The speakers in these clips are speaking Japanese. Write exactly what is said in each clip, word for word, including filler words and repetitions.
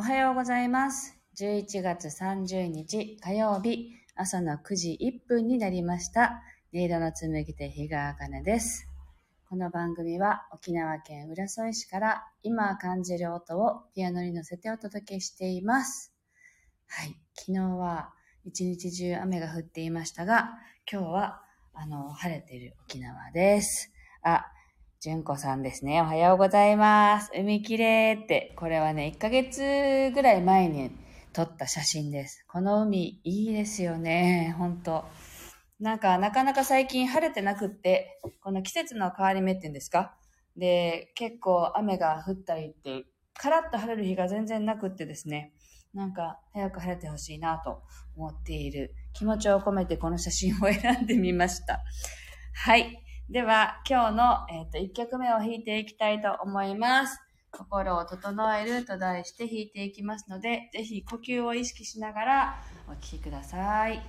おはようございます。じゅういちがつさんじゅうにち火曜日、朝のくじいっぷんになりました。音色の紡ぎ手日川茜です。この番組は沖縄県浦添市から今感じる音をピアノに乗せてお届けしています。はい、昨日は一日中雨が降っていましたが、今日はあの晴れている沖縄です。あ、純子さんですね。おはようございます。海きれいって、これはね、いっかげつぐらい前に撮った写真です。この海いいですよね。ほんと。なんか、なかなか最近晴れてなくって、この季節の変わり目っていうんですか？で、結構雨が降ったりって、カラッと晴れる日が全然なくってですね、なんか早く晴れてほしいなと思っている気持ちを込めてこの写真を選んでみました。はい。では、今日の、えーと、いっきょくめを弾いていきたいと思います。心を整えると題して弾いていきますので、ぜひ呼吸を意識しながらお聴きください。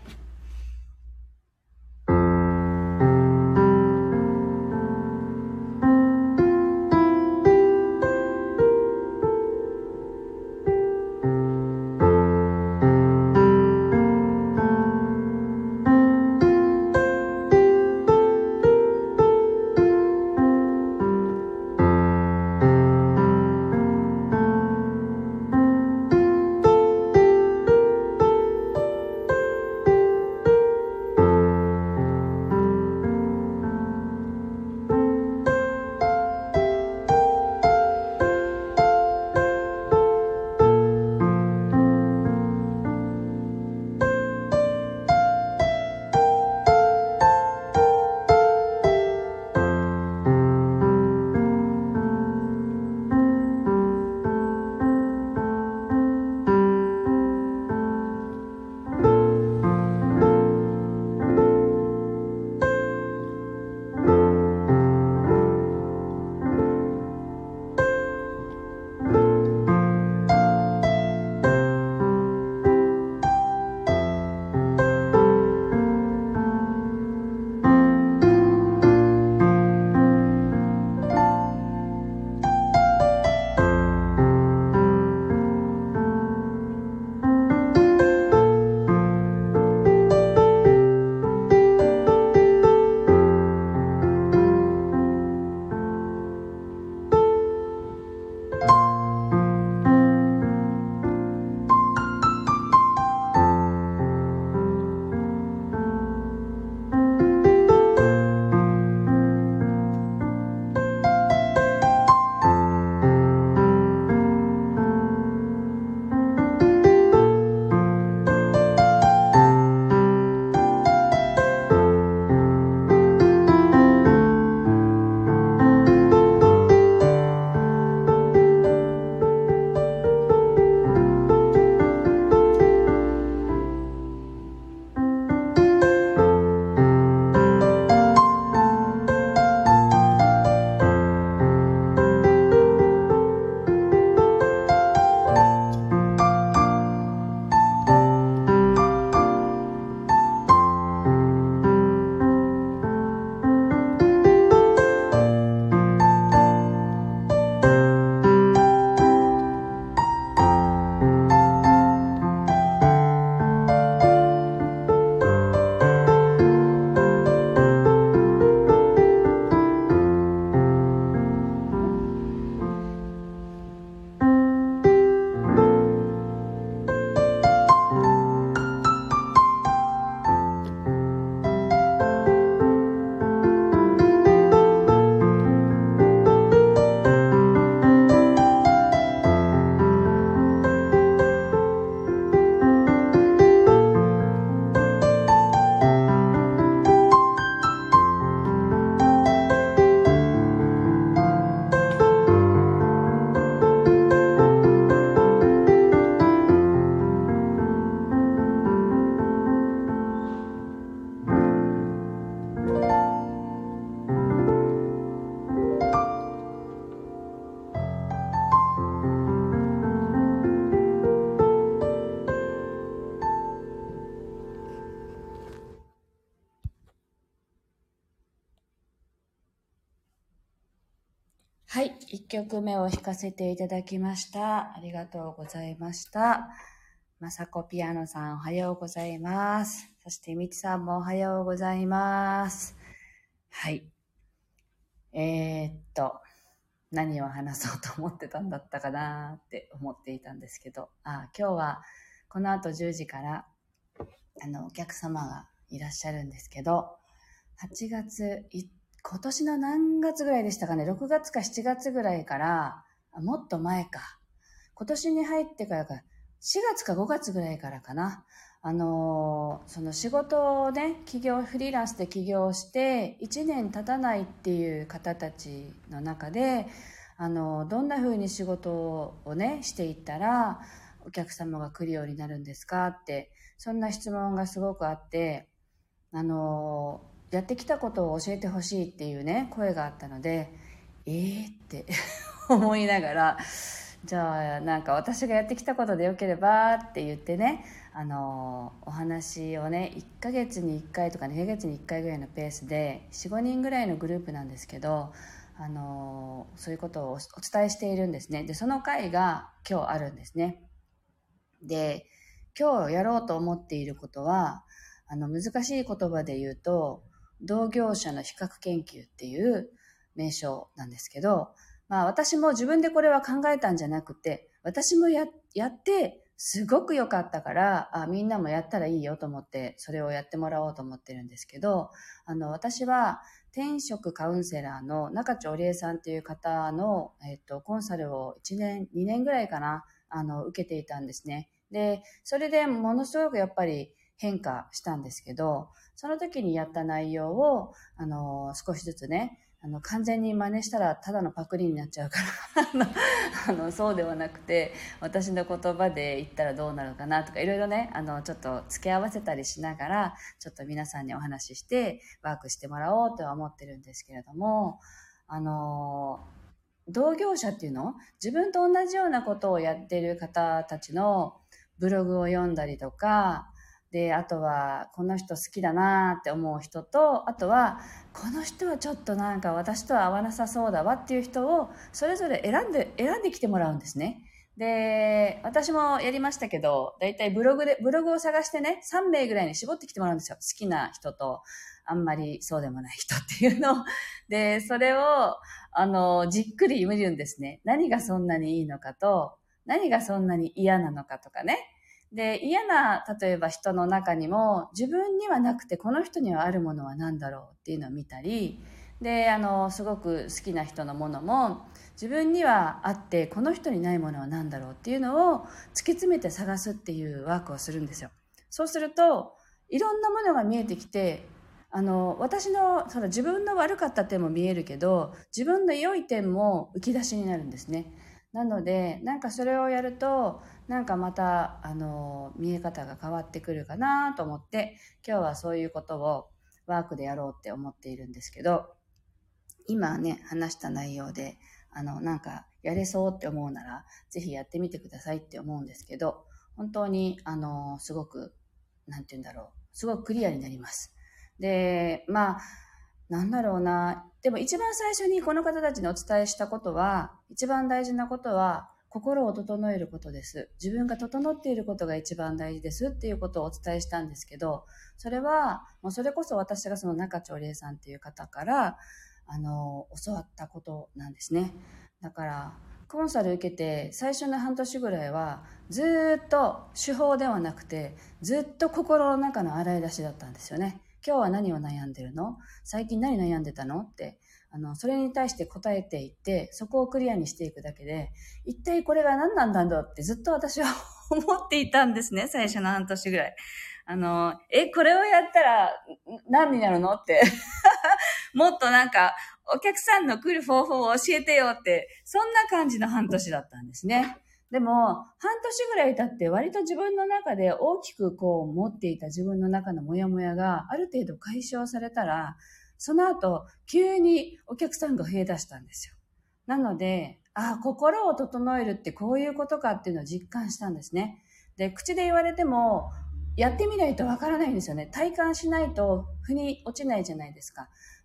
はい、いっきょくめを弾かせていただきました。ありがとうございました。まさこピアノさんおはようございます。そしてみちさんもおはようございます。はい。えー、っと、何を話そうと思ってたんだったかなって思っていたんですけど、あ、今日はこの後じゅうじからあのお客様がいらっしゃるんですけど、はちがつい今年の何月ぐらいでしたかね、ろくがつかしちがつぐらいから、あもっと前か、今年に入ってからか、しがつかごがつぐらいからかな、あのー、その仕事をね、起業、フリーランスで起業して、いちねん経たないっていう方たちの中で、あのー、どんな風に仕事をね、していったら、お客様が来るようになるんですかって、そんな質問がすごくあって、あのー、やってきたことを教えてほしいっていうね声があったので、えーって思いながら、じゃあなんか私がやってきたことでよければって言ってね、あのお話をねいっかげつにいっかいとかにかげつにいっかいぐらいのペースで よん,ご 人ぐらいのグループなんですけど、あのそういうことをお伝えしているんですね。でその会が今日あるんですね。で今日やろうと思っていることは、あの難しい言葉で言うと同業者の比較研究っていう名称なんですけど、まあ私も自分でこれは考えたんじゃなくて、私も や, やってすごく良かったから、あみんなもやったらいいよと思ってそれをやってもらおうと思ってるんですけど、あの私は転職カウンセラーの中地織江さんっていう方の、えっと、コンサルをいちねんにねんぐらいかな、あの受けていたんですね。でそれでものすごくやっぱり変化したんですけど、その時にやった内容をあの少しずつね、あの完全に真似したらただのパクリになっちゃうからあのそうではなくて、私の言葉で言ったらどうなるかなとか、いろいろね、あのちょっと付け合わせたりしながら、ちょっと皆さんにお話ししてワークしてもらおうとは思ってるんですけれども、あの同業者っていうの、自分と同じようなことをやっている方たちのブログを読んだりとかで、あとはこの人好きだなって思う人と、あとはこの人はちょっとなんか私とは合わなさそうだわっていう人をそれぞれ選んで選んできてもらうんですね。で私もやりましたけど、だいたいブログでブログを探してね、さんめいぐらいに絞ってきてもらうんですよ。好きな人とあんまりそうでもない人っていうので、それをあのじっくり見るんですね。何がそんなにいいのかと、何がそんなに嫌なのかとかね。で嫌な例えば人の中にも自分にはなくてこの人にはあるものは何だろうっていうのを見たり、であのすごく好きな人のものも自分にはあってこの人にないものは何だろうっていうのを突き詰めて探すっていうワークをするんですよ。そうするといろんなものが見えてきて、あの私のその自分の悪かった点も見えるけど、自分の良い点も浮き出しになるんですね。なのでなんかそれをやるとなんかまたあの見え方が変わってくるかなと思って、今日はそういうことをワークでやろうって思っているんですけど、今ね話した内容であのなんかやれそうって思うならぜひやってみてくださいって思うんですけど、本当にあのすごくなんて言うんだろう、すごくクリアになります。でまあなんだろうな、でも一番最初にこの方たちにお伝えしたことは、一番大事なことは心を整えることです。自分が整っていることが一番大事ですっていうことをお伝えしたんですけど、それはもうそれこそ私がその中地織江さんっていう方からあの教わったことなんですね。だからコンサル受けて最初の半年ぐらいはずっと手法ではなくてずっと心の中の洗い出しだったんですよね。今日は何を悩んでるの？最近何悩んでたの？ってあのそれに対して答えていって、そこをクリアにしていくだけで、一体これは何なんだろうってずっと私は思っていたんですね、最初の半年ぐらい。あのえこれをやったら何になるのってもっとなんかお客さんの来る方法を教えてよって、そんな感じの半年だったんですね。でも半年ぐらい経って割と自分の中で大きくこう持っていた自分の中のモヤモヤがある程度解消されたら、その後急にお客さんが増え出したんですよ。なのであ心を整えるってこういうことかっていうのを実感したんですね。で口で言われてもやってみないとわからないんですよね。体感しないと腑に落ちないじゃないですか。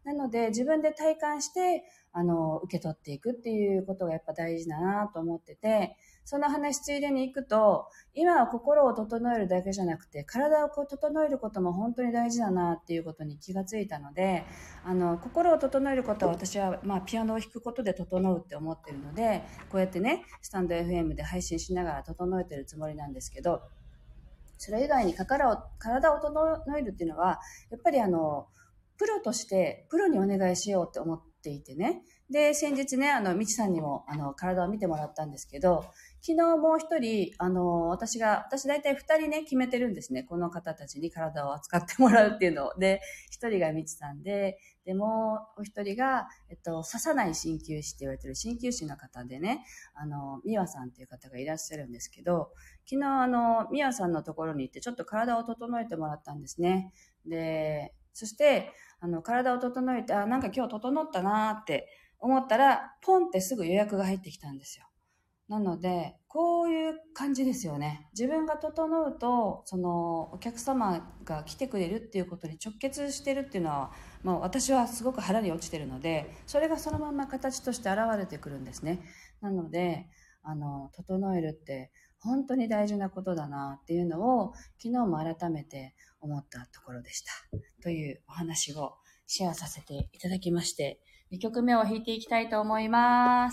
なので自分で体感してあの受け取っていくっていうことがやっぱ大事だなと思ってて、その話ついでに行くと、今は心を整えるだけじゃなくて体をこう整えることも本当に大事だなっていうことに気がついたので、あの心を整えることは私は、まあ、ピアノを弾くことで整うって思ってるので、こうやってねスタンド エフエム で配信しながら整えてるつもりなんですけど、それ以外に体を体を整えるっていうのはやっぱりあのプロとしてプロにお願いしようって思っていてね。で、先日ね、あの、みちさんにも、あの、体を見てもらったんですけど、昨日もう一人、あの、私が、私大体二人ね、決めてるんですね。この方たちに体を扱ってもらうっていうのを。で、一人がみちさんで、で、もう一人が、えっと、刺さない鍼灸師って言われてる鍼灸師の方でね、あの、みわさんっていう方がいらっしゃるんですけど、昨日あの、みわさんのところに行ってちょっと体を整えてもらったんですね。で、そして、あの、体を整えて、あ、なんか今日整ったなーって思ったら、ポンってすぐ予約が入ってきたんですよ。なので、こういう感じですよね。自分が整うと、その、お客様が来てくれるっていうことに直結してるっていうのは、まあ私はすごく腹に落ちてるので、それがそのまま形として現れてくるんですね。なので、あの、整えるって本当に大事なことだなっていうのを、昨日も改めて思ったところでした。というお話をシェアさせていただきまして、にきょくめを弾いていきたいと思います。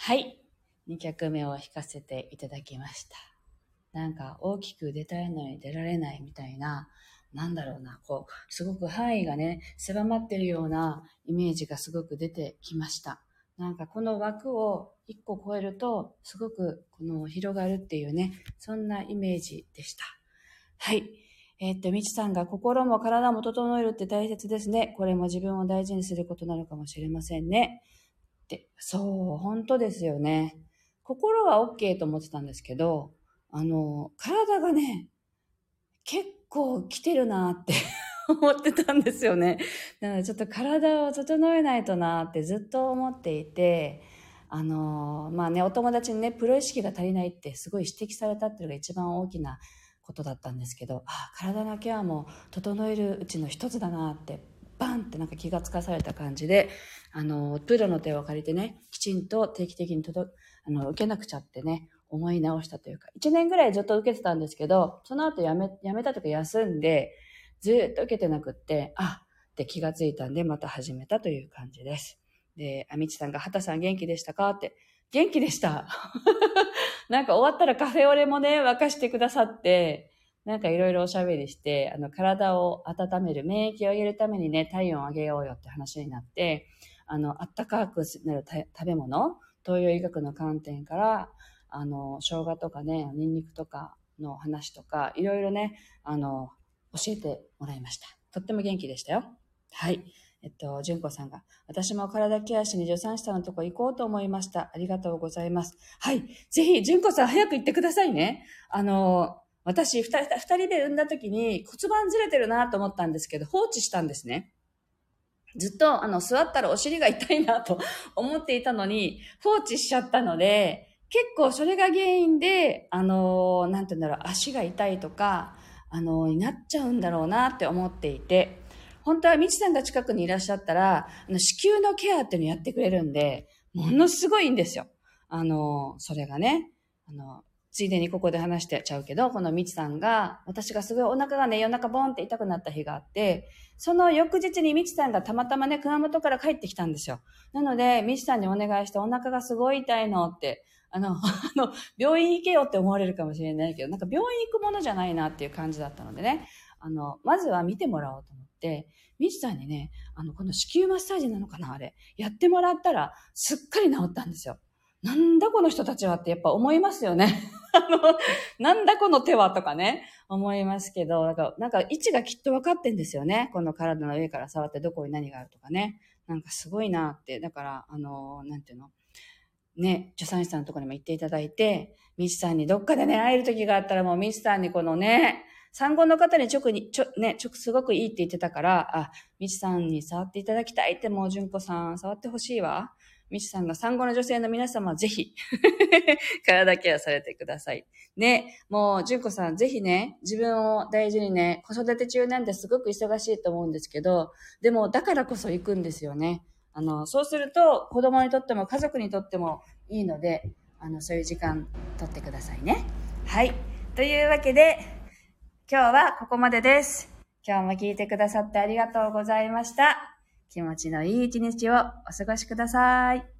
はい。にきゃくめを弾かせていただきました。なんか大きく出たいのに出られないみたいな、なんだろうな、こう、すごく範囲がね、狭まってるようなイメージがすごく出てきました。なんかこの枠をいっこ超えると、すごくこの広がるっていうね、そんなイメージでした。はい。えー、っと、みちさんが心も体も整えるって大切ですね。これも自分を大事にすることなのかもしれませんね。で、そう、本当ですよね。心は OK と思ってたんですけど、あの、体がね、結構来てるなって思ってたんですよね。なのでちょっと体を整えないとなってずっと思っていて、あの、まあね、お友達にね、プロ意識が足りないってすごい指摘されたっていうのが一番大きなことだったんですけど、あ、体のケアも整えるうちの一つだなって、バンってなんか気がつかされた感じで、あの、プロの手を借りてね、きちんと定期的にとどあの受けなくちゃってね、思い直したというか、いちねんぐらいずっと受けてたんですけど、その後やめ、やめたとか休んで、ずっと受けてなくって、あ、って気がついたんで、また始めたという感じです。で、あみちさんが、はたさん元気でしたかって、元気でした。なんか終わったらカフェオレもね、沸かしてくださって、なんかいろいろおしゃべりして、あの、体を温める、免疫を上げるためにね、体温を上げようよって話になって、あの、あったかくなる食べ物、東洋医学の観点から、あの、生姜とかね、ニンニクとかの話とか、いろいろね、あの、教えてもらいました。とっても元気でしたよ。はい。えっと、純子さんが、私も体ケアしに助産師さんのとこ行こうと思いました。ありがとうございます。はい。ぜひ、純子さん早く行ってくださいね。あの、私、二人、二人で産んだ時に骨盤ずれてるなと思ったんですけど、放置したんですね。ずっと、あの、座ったらお尻が痛いなと思っていたのに、放置しちゃったので、結構それが原因で、あの、なんて言うんだろう、足が痛いとか、あの、になっちゃうんだろうなって思っていて、本当はみちさんが近くにいらっしゃったら、あの、子宮のケアっていうのやってくれるんで、ものすごいいいんですよ。あの、それがね、あの、ついでにここで話してちゃうけど、このみちさんが、私がすごいお腹がね、夜中ボンって痛くなった日があって、その翌日にみちさんがたまたまね、熊本から帰ってきたんですよ。なので、みちさんにお願いして、お腹がすごい痛いのって、あの、あの、病院行けよって思われるかもしれないけど、なんか病院行くものじゃないなっていう感じだったのでね、あの、まずは見てもらおうと思って、みちさんにね、あの、この子宮マッサージなのかなあれ、やってもらったら、すっかり治ったんですよ。なんだこの人たちはってやっぱ思いますよね。あの、なんだこの手はとかね、思いますけど、なんか、なんか位置がきっと分かってんですよね。この体の上から触ってどこに何があるとかね。なんかすごいなって。だから、あの、なんていうのね、助産師さんのところにも行っていただいて、ミスさんにどっかでね、会える時があったらもうミスさんにこのね、産後の方に直に、ちょ、ね、直すごくいいって言ってたから、あ、ミスさんに触っていただきたいってもう純子さん触ってほしいわ。ミスさんが産後の女性の皆様ぜひ、体ケアされてください。ね、もう純子さんぜひね、自分を大事にね、子育て中なんてすごく忙しいと思うんですけど、でもだからこそ行くんですよね。あの、そうすると子供にとっても家族にとってもいいので、あの、そういう時間取ってくださいね。はい。というわけで、今日はここまでです。今日も聞いてくださってありがとうございました。気持ちのいい一日をお過ごしください。